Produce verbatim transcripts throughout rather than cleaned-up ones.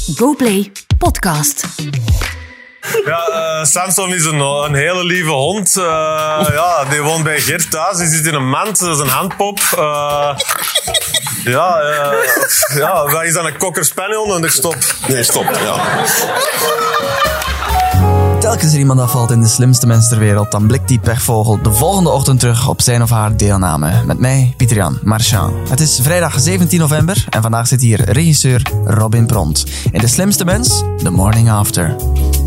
GoPlay Podcast. Ja, uh, Samson is een, een hele lieve hond. Uh, ja, die woont bij Gert thuis. Die zit in een mand. Dat is een handpop. Uh, ja, uh, ja, wat is dat, een cocker spaniel? En ik stop. Nee, stop, ja. Telkens er iemand afvalt in de slimste mens ter wereld, dan blikt die pechvogel de volgende ochtend terug op zijn of haar deelname. Met mij, Pieter-Jan Marchand. Het is vrijdag zeventien november en vandaag zit hier regisseur Robin Pront. In De Slimste Mens, The Morning After.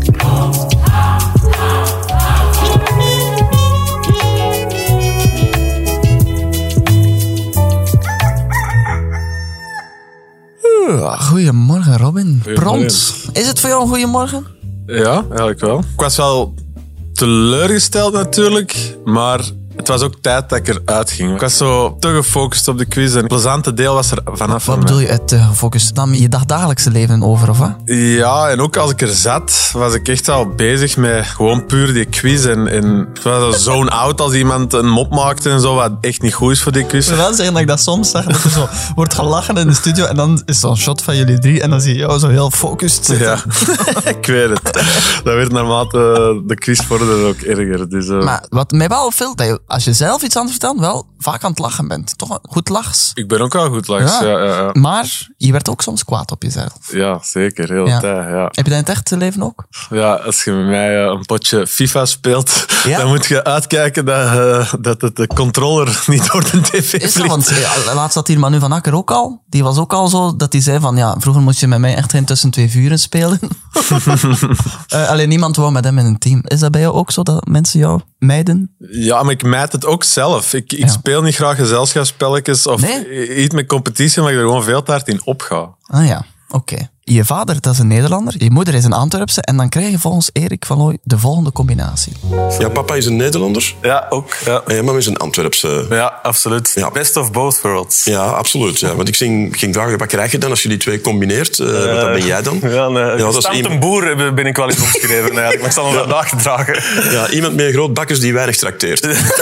Goedemorgen, Robin. Pront. Is het voor jou een goeiemorgen? Ja, eigenlijk wel. Ik was wel teleurgesteld natuurlijk, maar het was ook tijd dat ik eruit ging. Ik was zo te gefocust op de quiz en het plezante deel was er vanaf. Wat bedoel je, het uh, gefocust? Nam je dagdagelijkse leven over, of wat? Ja, en ook als ik er zat, was ik echt al bezig met gewoon puur die quiz. En, en het was zo'n out als iemand een mop maakte en zo, wat echt niet goed is voor die quiz. Ik wil wel zeggen dat ik dat soms zag, dat er zo wordt gelachen in de studio en dan is zo'n shot van jullie drie en dan zie je jou zo heel focused zitten. Ja, ik weet het. Dat werd naarmate de quiz vorderde ook erger. Dus, uh... Maar wat mij wel opviel, dat je als je zelf iets anders vertelt, wel vaak aan het lachen bent. Toch een goed lachs. Ik ben ook wel goed lachs, ja. Ja, ja, ja. Maar je werd ook soms kwaad op jezelf. Ja, zeker. Heel ja. de tijd, ja. Heb je dat in het echte leven ook? Ja, als je met mij een potje FIFA speelt, ja? dan moet je uitkijken dat, uh, dat het de controller niet door de tv vliegt. Is dat, want ja, laatst had hier Manu van Akker ook al. Die was ook al zo, dat hij zei van, ja, vroeger moest je met mij echt geen tussen twee vuren spelen. uh, alleen niemand wou met hem in een team. Is dat bij jou ook zo, dat mensen jou mijden? Ja, maar ik mijd het ook zelf. Ik, ik ja. speel niet graag gezelschapsspelletjes of nee? iets met competitie, maar ik er gewoon veel te hard in opga. Ah ja, oké. Okay. Je vader, dat is een Nederlander. Je moeder is een Antwerpse. En dan krijg je volgens Erik van Looy de volgende combinatie. Ja, papa is een Nederlander. Ja, ook. Ja. En mama is een Antwerpse. Ja, absoluut. Ja. Best of both worlds. Ja, absoluut. Ja. Want ik ging, ging vragen, wat krijg je dan als je die twee combineert? Uh, uh, wat ben jij dan? Ja, nee. Ja, Gestampt iemand... een boer ben ik wel eens opgeschreven eigenlijk. Maar ik zal hem vandaag dragen. Ja, iemand met een groot bakkers die weinig trakteert.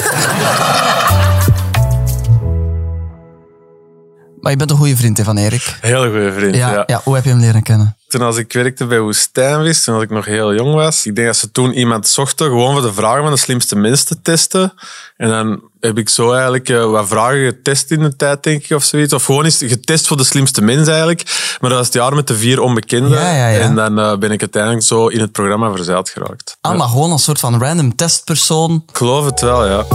Maar je bent een goede vriend hè, van Erik. Heel goede vriend, ja, ja. ja. Hoe heb je hem leren kennen? Toen als ik werkte bij Woestijnvis, toen ik nog heel jong was, ik denk dat ze toen iemand zochten gewoon voor de vragen van de slimste mensen te testen. En dan heb ik zo eigenlijk uh, wat vragen getest in de tijd, denk ik, of zoiets. Of gewoon eens getest voor de slimste mens eigenlijk. Maar dat was het jaar met de vier onbekenden. Ja, ja, ja. En dan uh, ben ik uiteindelijk zo in het programma verzeild geraakt. Ah, ja. Maar gewoon een soort van random testpersoon. Ik geloof het wel, ja.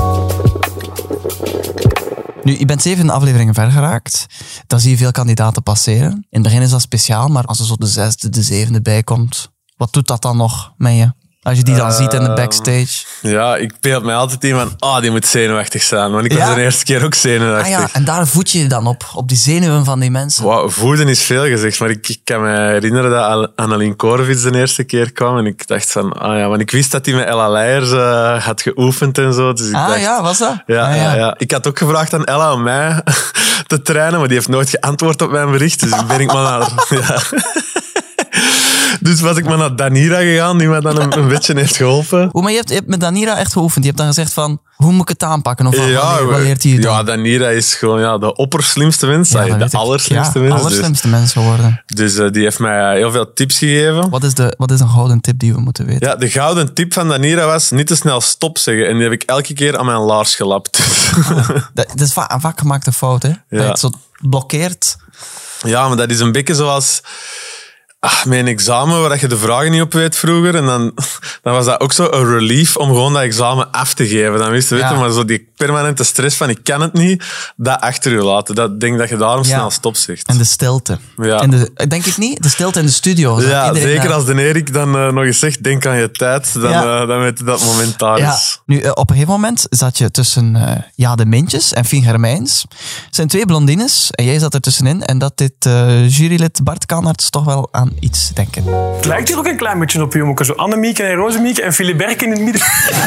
Nu, je bent zeven afleveringen ver geraakt. Dan zie je veel kandidaten passeren. In het begin is dat speciaal, maar als er zo de zesde, de zevende bij komt, wat doet dat dan nog met je? Als je die dan uh, ziet in de backstage. Ja, ik beeld mij altijd in van, ah, oh, die moet zenuwachtig zijn. Want ik was ja? de eerste keer ook zenuwachtig. Ah ja, en daar voed je je dan op, op die zenuwen van die mensen. Wow, voeden is veel gezegd, maar ik, ik kan me herinneren dat Annelien Korovits de eerste keer kwam. En ik dacht van, ah ja, want ik wist dat hij met Ella Leijers uh, had geoefend en zo. Dus ik ah dacht, ja, was dat? Ja, ah, ja. ja, ja. Ik had ook gevraagd aan Ella om mij te trainen, maar die heeft nooit geantwoord op mijn bericht. Dus ik ben ik maar naar... Ja. Dus was ik maar naar Danira gegaan, die mij dan een, een beetje heeft geholpen. Hoe, maar je hebt, je hebt met Danira echt geoefend. Je hebt dan gezegd van, hoe moet ik het aanpakken? Of ja, wat, wat leert hij je dan? Ja, Danira is gewoon ja, de opperslimste mens. Ja, de allerslimste ja, mens. de allerslimste dus. mens geworden. Dus uh, die heeft mij heel veel tips gegeven. Wat is, de, wat is een gouden tip die we moeten weten? Ja, de gouden tip van Danira was niet te snel stop zeggen. En die heb ik elke keer aan mijn laars gelapt. Ah, dat, dat is vaak een vaak gemaakte fout, hè? Ja. Dat je het zo blokkeert. Ja, maar dat is een beetje zoals... Ah, mijn examen, waar je de vragen niet op weet vroeger. En dan, dan was dat ook zo een relief om gewoon dat examen af te geven. Dan wist je, ja. weet je, maar zo die permanente stress van ik kan het niet, dat achter je laten. Dat denk dat je daarom ja. snel stop zegt. En de stilte. Ja. En de, denk ik niet? De stilte in de studio. Ja, zeker daar... als de Erik dan uh, nog eens zegt, denk aan je tijd, dan, ja. uh, dan weet je dat het moment daar ja. is. Nu, uh, op een gegeven moment zat je tussen uh, Ja de Mintjes en Fien Germijns. Het zijn twee blondines en jij zat er tussenin. En dat dit uh, jurylid Bart Kanerts toch wel aan iets denken. Het lijkt hier ook een klein beetje op, jongen. Zo Annemieke en Rozemieke en Philiberke in het midden.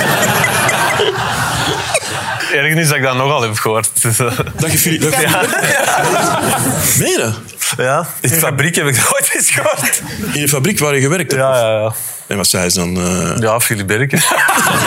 Ergens is dat ik dat nogal heb gehoord. Dat je Philiberke... Ja. Meen je? Ja, in de fabriek heb ik dat ooit eens gehoord. In de fabriek waar je gewerkt hebt? Ja, ja, ja. En wat zei ze dan? Uh... Ja, Philiberke.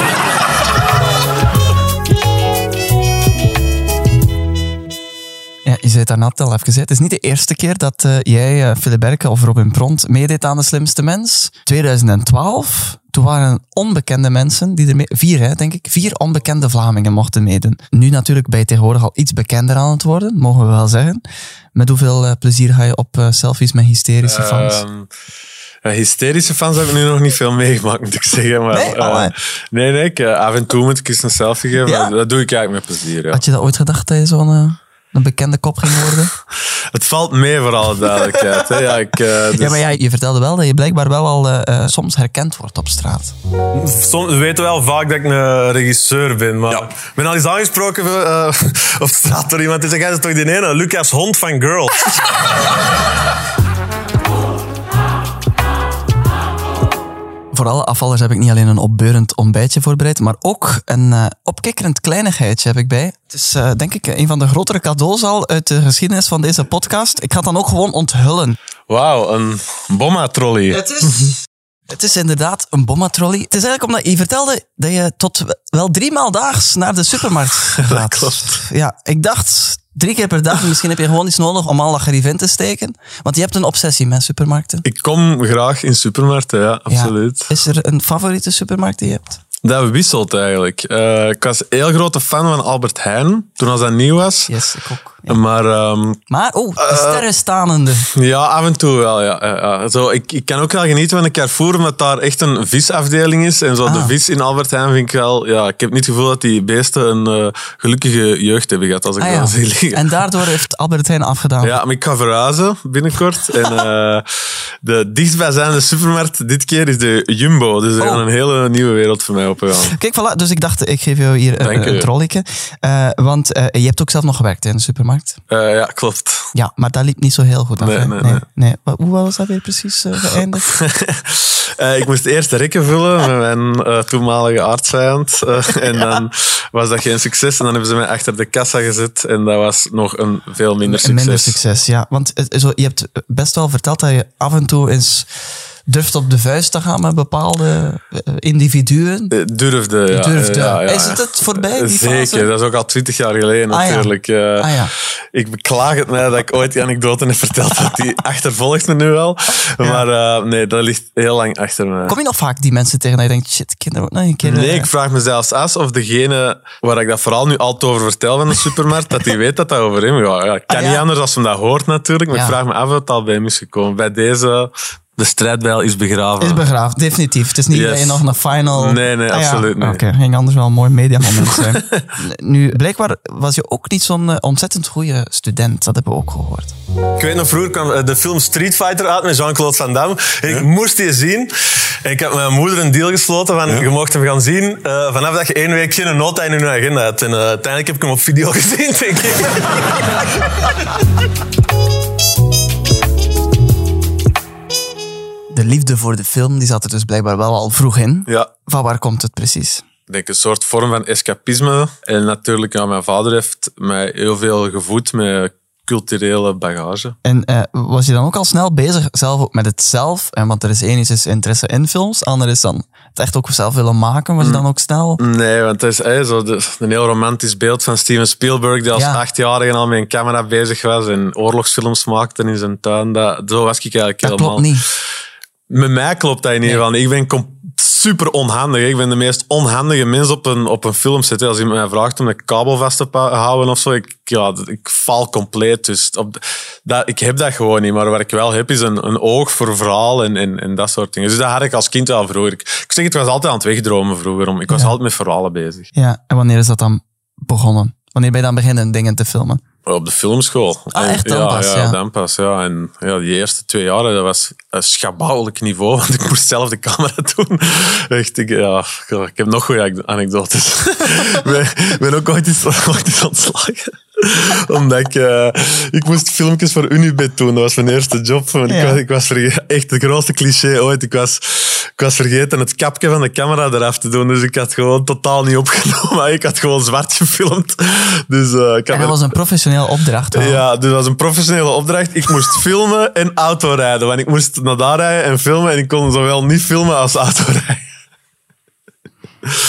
Ja, je zei het daarnet al even gezegd. Het is niet de eerste keer dat uh, jij, uh, Philip Berke of Robin Pront meedeed aan De Slimste Mens. twintig twaalf, toen waren onbekende mensen, die er mee, vier hè, denk ik, vier onbekende Vlamingen mochten meedoen. Nu natuurlijk ben je tegenwoordig al iets bekender aan het worden, mogen we wel zeggen. Met hoeveel uh, plezier ga je op uh, selfies met hysterische fans? Um... Ja, hysterische fans heb ik nu nog niet veel meegemaakt, moet ik zeggen. Maar, nee? Oh, uh, nee, nee, ik, uh, af en toe moet ik eens een selfie geven. Ja? Dat doe ik eigenlijk met plezier. Ja. Had je dat ooit gedacht dat je zo'n uh, een bekende kop ging worden? Het valt mee, voor alle duidelijkheid. Hè. Ja, ik, uh, dus... ja, maar ja, je vertelde wel dat je blijkbaar wel al uh, uh, soms herkend wordt op straat. Soms, we weten wel vaak dat ik een regisseur ben, maar... Ja. Ik ben al eens aangesproken uh, op straat door iemand die zegt, jij is toch die ene, Lucas Hond van Girl. Voor alle afvallers heb ik niet alleen een opbeurend ontbijtje voorbereid, maar ook een uh, opkikkerend kleinigheidje heb ik bij. Het is uh, denk ik een van de grotere cadeaus al uit de geschiedenis van deze podcast. Ik ga het dan ook gewoon onthullen. Wauw, een bomma-trolley. Het is... Het is inderdaad een bomma-trolley. Het is eigenlijk omdat je vertelde dat je tot wel drie maal daags naar de supermarkt gaat. Dat klopt. Ja, ik dacht drie keer per dag. Misschien heb je gewoon iets nodig om al dat gerief in te steken. Want je hebt een obsessie met supermarkten. Ik kom graag in supermarkten, ja, absoluut. Ja. Is er een favoriete supermarkt die je hebt? Dat wisselt eigenlijk. Uh, ik was een heel grote fan van Albert Heijn, toen als dat nieuw was. Yes, ik ook. Ja. Maar, um, maar, oh, de sterrenstanende. Uh, ja, af en toe wel. Ja. Uh, uh, zo, ik, ik kan ook wel genieten van een Carrefour, omdat daar echt een visafdeling is. En zo ah. de vis in Albert Heijn vind ik wel... Ja, ik heb niet het gevoel dat die beesten een uh, gelukkige jeugd hebben gehad, als ik ah, dat ja. zie liggen. En daardoor heeft Albert Heijn afgedaan. Ja, maar ik ga verhuizen binnenkort. En uh, de dichtstbijzijnde supermarkt dit keer is de Jumbo. Dus er oh. gaat een hele nieuwe wereld voor mij opengaan. Kijk, voilà. Dus ik dacht, ik geef jou hier een, een trolletje. Uh, want uh, je hebt ook zelf nog gewerkt in de supermarkt. Uh, ja, klopt. Ja, maar dat liep niet zo heel goed af. Nee, nee, nee, nee. nee. Hoe was dat weer precies uh, geëindigd? uh, ik moest eerst de rekken vullen met mijn uh, toenmalige aardsvijand. Uh, en ja. dan was dat geen succes. En dan hebben ze mij achter de kassa gezet. En dat was nog een veel minder succes. Minder succes, ja. Want uh, zo, je hebt best wel verteld dat je af en toe eens... durft op de vuist te gaan met bepaalde uh, individuen? Durfde, ja. Durfde. Ja, ja. Is het het voorbij, die Zeker, fase? Dat is ook al twintig jaar geleden ah, natuurlijk. Ja. Uh, ah, ja. Ik beklaag het mij dat ik ooit die anekdote heb verteld, dat die achtervolgt me nu wel. Ja. Maar uh, nee, dat ligt heel lang achter me. Kom je nog vaak die mensen tegen dat je denkt, shit, ik ken er ook nog een keer... Nee, ik vraag me zelfs af of degene waar ik dat vooral nu altijd over vertel van de supermarkt, dat die weet dat dat over hem gaat. Ja, ik kan ah, ja. niet anders als hem dat hoort natuurlijk, maar ja. ik vraag me af of het al bij hem is gekomen. Bij deze... De strijdbijl is begraven. Is begraven, definitief. Het is niet yes. dat je nog een final... Nee, nee, ah, ja. absoluut niet. Oké, okay. Ging anders wel een mooi mediamoment zijn. Nu, blijkbaar was je ook niet zo'n uh, ontzettend goede student. Dat hebben we ook gehoord. Ik weet nog, vroeger kwam de film Street Fighter uit met Jean-Claude Van Damme. Ik ja. moest die zien. En ik heb met mijn moeder een deal gesloten van, ja. je mocht hem gaan zien uh, vanaf dat je één week geen nota in je agenda hebt. En uh, uiteindelijk heb ik hem op video gezien, denk ik. De liefde voor de film die zat er dus blijkbaar wel al vroeg in. Ja. Van waar komt het precies? Ik denk een soort vorm van escapisme. En natuurlijk, ja, mijn vader heeft mij heel veel gevoed met culturele bagage. En uh, was je dan ook al snel bezig zelf ook met het zelf? En want er is één is interesse in films, ander is dan het echt ook zelf willen maken. Was je dan ook snel? Nee, want het is hey, zo de, een heel romantisch beeld van Steven Spielberg, die als ja. achtjarige al met een camera bezig was en oorlogsfilms maakte in zijn tuin. Dat, zo was ik eigenlijk dat helemaal. Dat klopt niet. Met mij klopt dat in ieder geval. Nee. Ik ben com- super onhandig. Ik ben de meest onhandige mens op een, op een filmset. Als iemand mij vraagt om de kabel vast te pa- houden of zo, ik, ja, ik val compleet. Dus op de, dat, ik heb dat gewoon niet. Maar wat ik wel heb, is een, een oog voor verhaal en, en, en dat soort dingen. Dus dat had ik als kind wel vroeger. Ik, ik zeg, het was altijd aan het wegdromen vroeger. Ik was ja. altijd met verhalen bezig. Ja, en wanneer is dat dan begonnen? Wanneer ben je dan beginnen dingen te filmen? Op de filmschool. Ah, echt dan ja, pas, ja. ja. dan pas, ja. En ja, die eerste twee jaren, dat was een schabouwelijk niveau, want ik moest zelf de camera doen. Echt, ik, ja, ik heb nog goede anekdotes. Ik ben ook ooit eens, ooit eens ontslagen. Omdat ik... Uh, ik moest filmpjes voor Unibet doen. Dat was mijn eerste job. Want ja. ik, was, ik was verge- echt het grootste cliché ooit. Ik was, ik was vergeten het kapje van de camera eraf te doen. Dus ik had gewoon totaal niet opgenomen. Ik had gewoon zwart gefilmd. Dus, uh, ik had en dat was een professionele opdracht. Hoor. Ja, dus dat was een professionele opdracht. Ik moest filmen en autorijden. Want ik moest naar daar rijden en filmen. En ik kon zowel niet filmen als autorijden.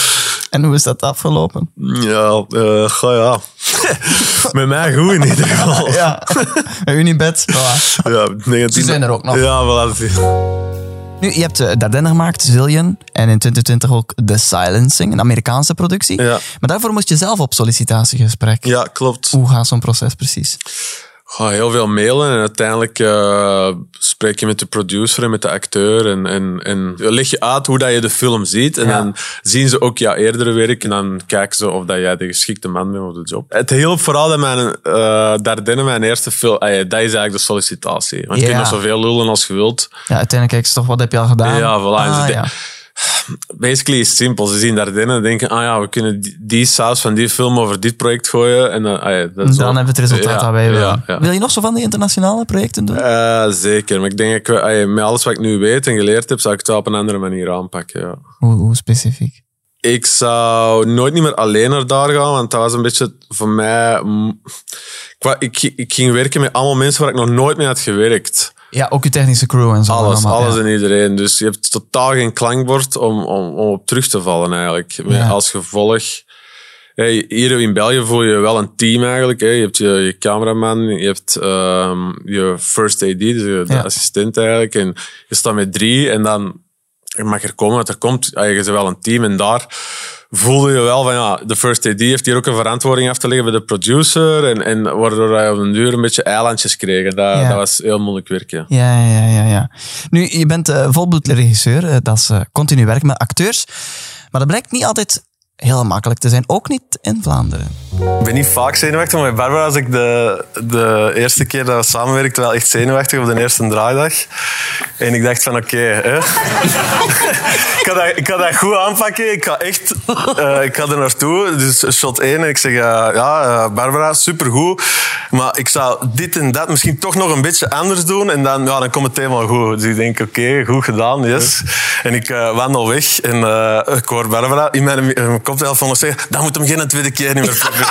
En hoe is dat afgelopen? Ja, uh, ga ja. Met mij goed in ieder geval. Ja, met Unibet. Voilà. Ja, negentien... Ze zijn er ook nog. Ja, voilà. Nu, je hebt uh, Dardenne gemaakt, Zillion, en in twintig twintig ook The Silencing, een Amerikaanse productie. Ja. Maar daarvoor moest je zelf op sollicitatiegesprek. Ja, klopt. Hoe gaat zo'n proces precies? Ga heel veel mailen en uiteindelijk uh, spreek je met de producer en met de acteur en, en, en leg je uit hoe dat je de film ziet en Ja. dan zien ze ook jouw eerdere werk en dan kijken ze of dat jij de geschikte man bent op de job. Het hielp vooral dat mijn uh, Dardenne, mijn eerste film, uh, dat is eigenlijk de sollicitatie. Want je Ja. kunt nog zoveel lullen als je wilt. Ja, uiteindelijk kijken ze toch, wat heb je al gedaan? Ja, voilà. En Ah, ze de- ja. Basically is het simpel. Ze zien Dardenne en denken, ah ja, we kunnen die, die saus van die film over dit project gooien. En dan, ah ja, dat En is dan wel- hebben we het resultaat Ja, dat wij willen. ja, ja. Wil je nog zo van die internationale projecten doen? Uh, zeker, maar ik denk dat ik, ah ja, met alles wat ik nu weet en geleerd heb, zou ik het wel op een andere manier aanpakken. Ja. Hoe, hoe specifiek? Ik zou nooit niet meer alleen naar daar gaan, want dat was een beetje voor mij... mm, Ik, wa- ik, ik ging werken met allemaal mensen waar ik nog nooit mee had gewerkt. Ja, ook je technische crew en zo. Alles, allemaal, alles ja. en iedereen. Dus je hebt totaal geen klankbord om, om, om op terug te vallen eigenlijk. Met Ja. als gevolg... Hey, hier in België voel je wel een team eigenlijk. Hè. Je hebt je, je cameraman, je hebt ehm, je first A D, dus de Ja. assistent eigenlijk. En je staat met drie en dan mag er komen wat er komt. Ja, je bent wel een team en daar voelde je wel van ja, de first A D heeft hier ook een verantwoording af te leggen bij de producer en, en waardoor wij op een duur een beetje eilandjes kregen. Dat, Ja. dat was heel moeilijk werken. Ja, ja, ja, ja. Nu, je bent uh, volbloed regisseur. Uh, dat is uh, continu werk met acteurs. Maar dat blijkt niet altijd heel makkelijk te zijn. Ook niet in Vlaanderen. Ik ben niet vaak zenuwachtig, maar met Barbara was ik de, de eerste keer dat we samenwerkten wel echt zenuwachtig op de eerste draaidag. En ik dacht van oké, hè. ik, ga dat, ik ga dat goed aanpakken. Ik ga echt uh, ik ga er naartoe. Dus shot één en ik zeg uh, ja, uh, Barbara, supergoed. Maar ik zou dit en dat misschien toch nog een beetje anders doen. En dan, ja, dan komt het helemaal goed. Dus ik denk oké, goed gedaan, yes. En ik uh, wandel weg en uh, ik hoor Barbara in mijn, in mijn koptelefoon zeggen dan moet hem geen tweede keer niet meer proberen.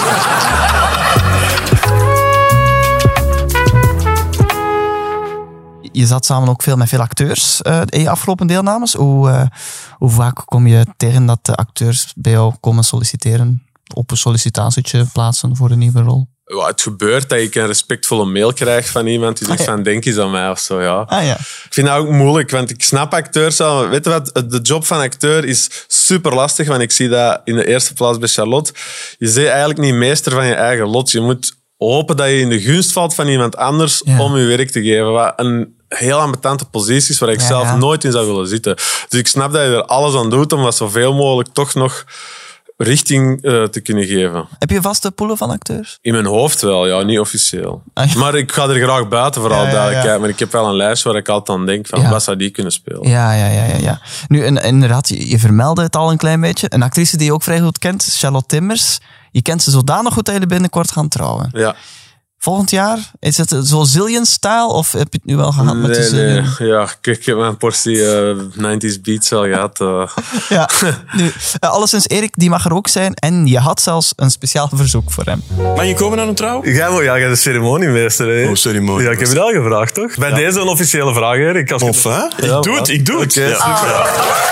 Je zat samen ook veel met veel acteurs uh, in je afgelopen deelnames. Hoe, uh, hoe vaak kom je tegen dat de acteurs bij jou komen solliciteren? Op een sollicitatietje plaatsen voor een nieuwe rol? Ja, het gebeurt dat ik een respectvolle mail krijg van iemand die zegt Ah, ja. van denk eens aan mij of zo. Ja. Ah ja. Ik vind dat ook moeilijk, want ik snap acteurs al. Weet je wat, de job van acteur is super lastig, want ik zie dat in de eerste plaats bij Charlotte. Je bent eigenlijk niet meester van je eigen lot. Je moet hopen dat je in de gunst valt van iemand anders Ja. om je werk te geven. Wat een heel ambetante positie is waar ik Ja, zelf ja. nooit in zou willen zitten. Dus ik snap dat je er alles aan doet om dat zoveel mogelijk toch nog richting uh, te kunnen geven. Heb je vaste poelen van acteurs? In mijn hoofd wel, ja, niet officieel. Ah, ja. Maar ik ga er graag buiten, vooral Ja, ja, ja. duidelijkheid. Maar ik heb wel een lijst waar ik altijd aan denk van, Ja. wat zou die kunnen spelen? Ja, ja, ja, ja, ja. Nu, en, inderdaad, je, je vermeldde het al een klein beetje. Een actrice die je ook vrij goed kent, Charlotte Timmers. Je kent ze zodanig goed dat jullie binnenkort gaan trouwen. Ja. Volgend jaar? Is het zo Zillion-style of heb je het nu wel gehad met de Nee, Zillion? nee. Ja, ik, ik heb mijn portie uh, negentig beats wel gehad. Uh. Ja, nu, uh, alleszins Erik, die mag er ook zijn. En je had zelfs een speciaal verzoek voor hem. Mag je komen aan een trouw? Jij moet ja, jij de ceremoniemeester. Hè? Oh, ceremonie. Ja, ik heb je al gevraagd, toch? Bij deze een officiële vraag, Erik. Als je- Enfin, ik Ja, doe het, voilà. ik doe het. Oké, Ja. super.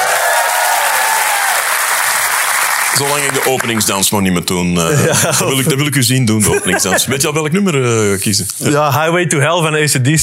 Zolang ik de openingsdans maar niet meer doen. Uh, dat, wil ik, dat wil ik u zien doen, de openingsdans. Weet je al welk nummer uh, kiezen? Ja, Highway to Hell van A C D C.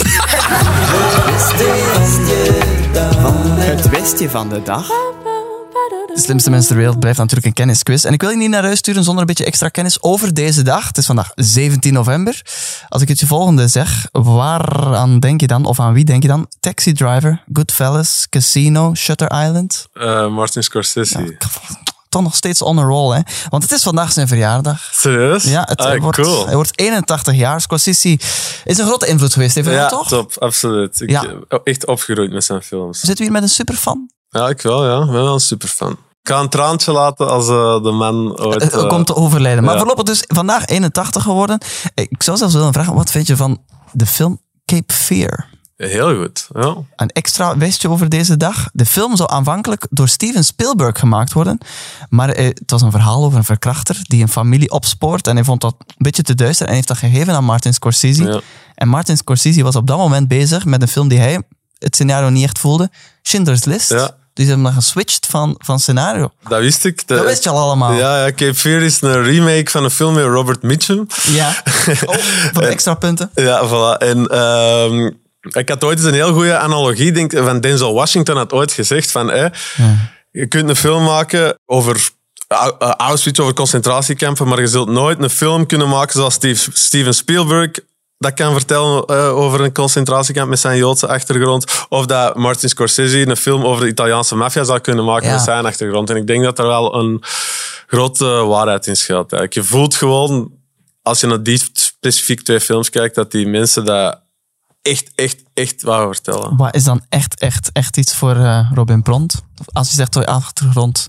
Het westje van de dag. De slimste mensen ter wereld blijft natuurlijk een kennisquiz. En ik wil je niet naar huis sturen zonder een beetje extra kennis over deze dag. Het is vandaag zeventien november. Als ik het je volgende zeg, waaraan denk je dan? Of aan wie denk je dan? Taxi Driver, Goodfellas, Casino, Shutter Island. Uh, Martin Scorsese. Ja, toch nog steeds on a roll, hè? Want het is vandaag zijn verjaardag. Serieus? Ja, het, ah, hij, wordt, cool. hij wordt eenentachtig jaar. Scorsese is een grote invloed geweest, heeft hij Ja, wel, toch? top, absoluut. Ik Ja. heb echt opgegroeid met zijn films. Zitten we hier met een superfan? Ja, ik wel, ja. Ik ben wel een superfan. Ik ga een traantje laten als uh, de man ooit... Het uh, komt te overlijden. Maar ja. voorlopig dus vandaag eenentachtig geworden. Ik zou zelfs willen vragen, wat vind je van de film Cape Fear? Heel goed, ja. Een extra westje over deze dag. De film zou aanvankelijk door Steven Spielberg gemaakt worden. Maar eh, het was een verhaal over een verkrachter die een familie opspoort. En hij vond dat een beetje te duister en heeft dat gegeven aan Martin Scorsese. Ja. En Martin Scorsese was op dat moment bezig met een film die hij het scenario niet echt voelde. Schindler's List. Ja. Dus ze hebben dan geswitcht van, van scenario. Dat wist ik. De, Dat wist je al allemaal. Ja, ja, Cape Fear is een remake van een film met Robert Mitchum. Ja. Oh, voor de extra punten. Ja, voilà. En uh, ik had ooit eens een heel goede analogie. Denk, van Denzel Washington had ooit gezegd van... Eh, ja. Je kunt een film maken over Auschwitz, over concentratiekampen, maar je zult nooit een film kunnen maken zoals Steve, Steven Spielberg dat kan vertellen uh, over een concentratiekamp met zijn Joodse achtergrond. Of dat Martin Scorsese een film over de Italiaanse maffia zou kunnen maken ja. met zijn achtergrond. En ik denk dat er wel een grote waarheid in schuilt. Eigenlijk. Je voelt gewoon, als je naar die specifiek twee films kijkt, dat die mensen dat echt, echt, echt wou vertellen. Wat is dan echt, echt, echt iets voor uh, Robin Pront? Als je zegt door achtergrond.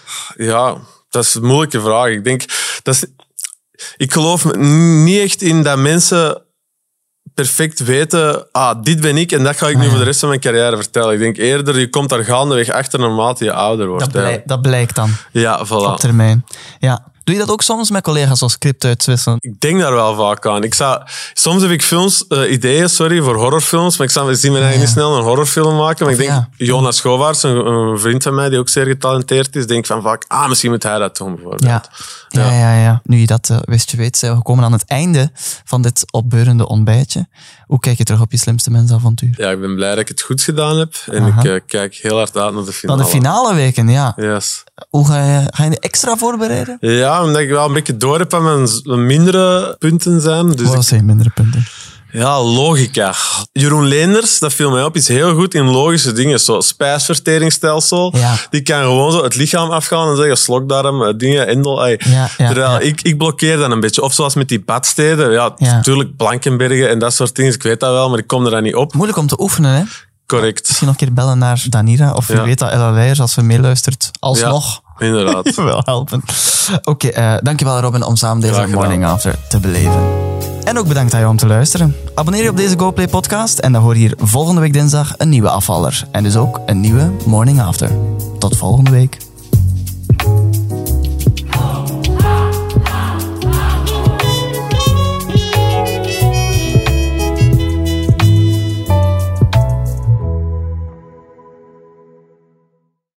Ja, dat is een moeilijke vraag. Ik denk, dat is, ik geloof niet echt in dat mensen perfect weten, ah, dit ben ik en dat ga ik nu ah, ja. voor de rest van mijn carrière vertellen. Ik denk eerder, je komt daar gaandeweg achter naarmate je ouder wordt. Dat, blijk, dat blijkt dan. Ja, voilà. Op termijn. Ja. Doe je dat ook soms met collega's als script uitwisselen? Ik denk daar wel vaak aan. Ik zou, soms heb ik films, uh, ideeën sorry, voor horrorfilms, maar ik zou zie mijn eigen ja. niet snel een horrorfilm maken. Maar of ik denk, ja. Jonas Schovaerts, een, een vriend van mij die ook zeer getalenteerd is, denk van vaak, ah, misschien moet hij dat doen bijvoorbeeld. Ja, ja, ja. ja, ja. Nu je dat uh, wist je weet, zijn we gekomen aan het einde van dit opbeurende ontbijtje. Hoe kijk je terug op je slimste mensavontuur? Ja, ik ben blij dat ik het goed gedaan heb. En Aha. ik uh, kijk heel hard uit naar de finale. Naar de finale weken, ja. Yes. Hoe ga je, ga je extra voorbereiden? Ja, omdat ik wel een beetje door heb aan mijn mindere punten zijn. Dus Wat zijn mindere punten? Ja, logica. Jeroen Leenders, dat viel mij op, is heel goed in logische dingen. Zo spijsverteringsstelsel. Ja. Die kan gewoon zo het lichaam afgaan en zeggen slokdarm, dingen, endel. Ja, ja, Terwijl ja. Ik, ik blokkeer dat een beetje. Of zoals met die badsteden. Ja, ja. natuurlijk Blankenbergen en dat soort dingen. Ik weet dat wel, maar ik kom er dan niet op. Moeilijk om te oefenen, hè? Correct. Misschien nog een keer bellen naar Danira. Of je ja. weet dat Ella Leijers, als ze meeluistert, alsnog... Ja, inderdaad. wel helpen. Oké, okay, uh, dankjewel Robin om samen deze Morning After te beleven. En ook bedankt aan jou om te luisteren. Abonneer je op deze GoPlay podcast en dan hoor je hier volgende week dinsdag een nieuwe afvaller. En dus ook een nieuwe Morning After. Tot volgende week.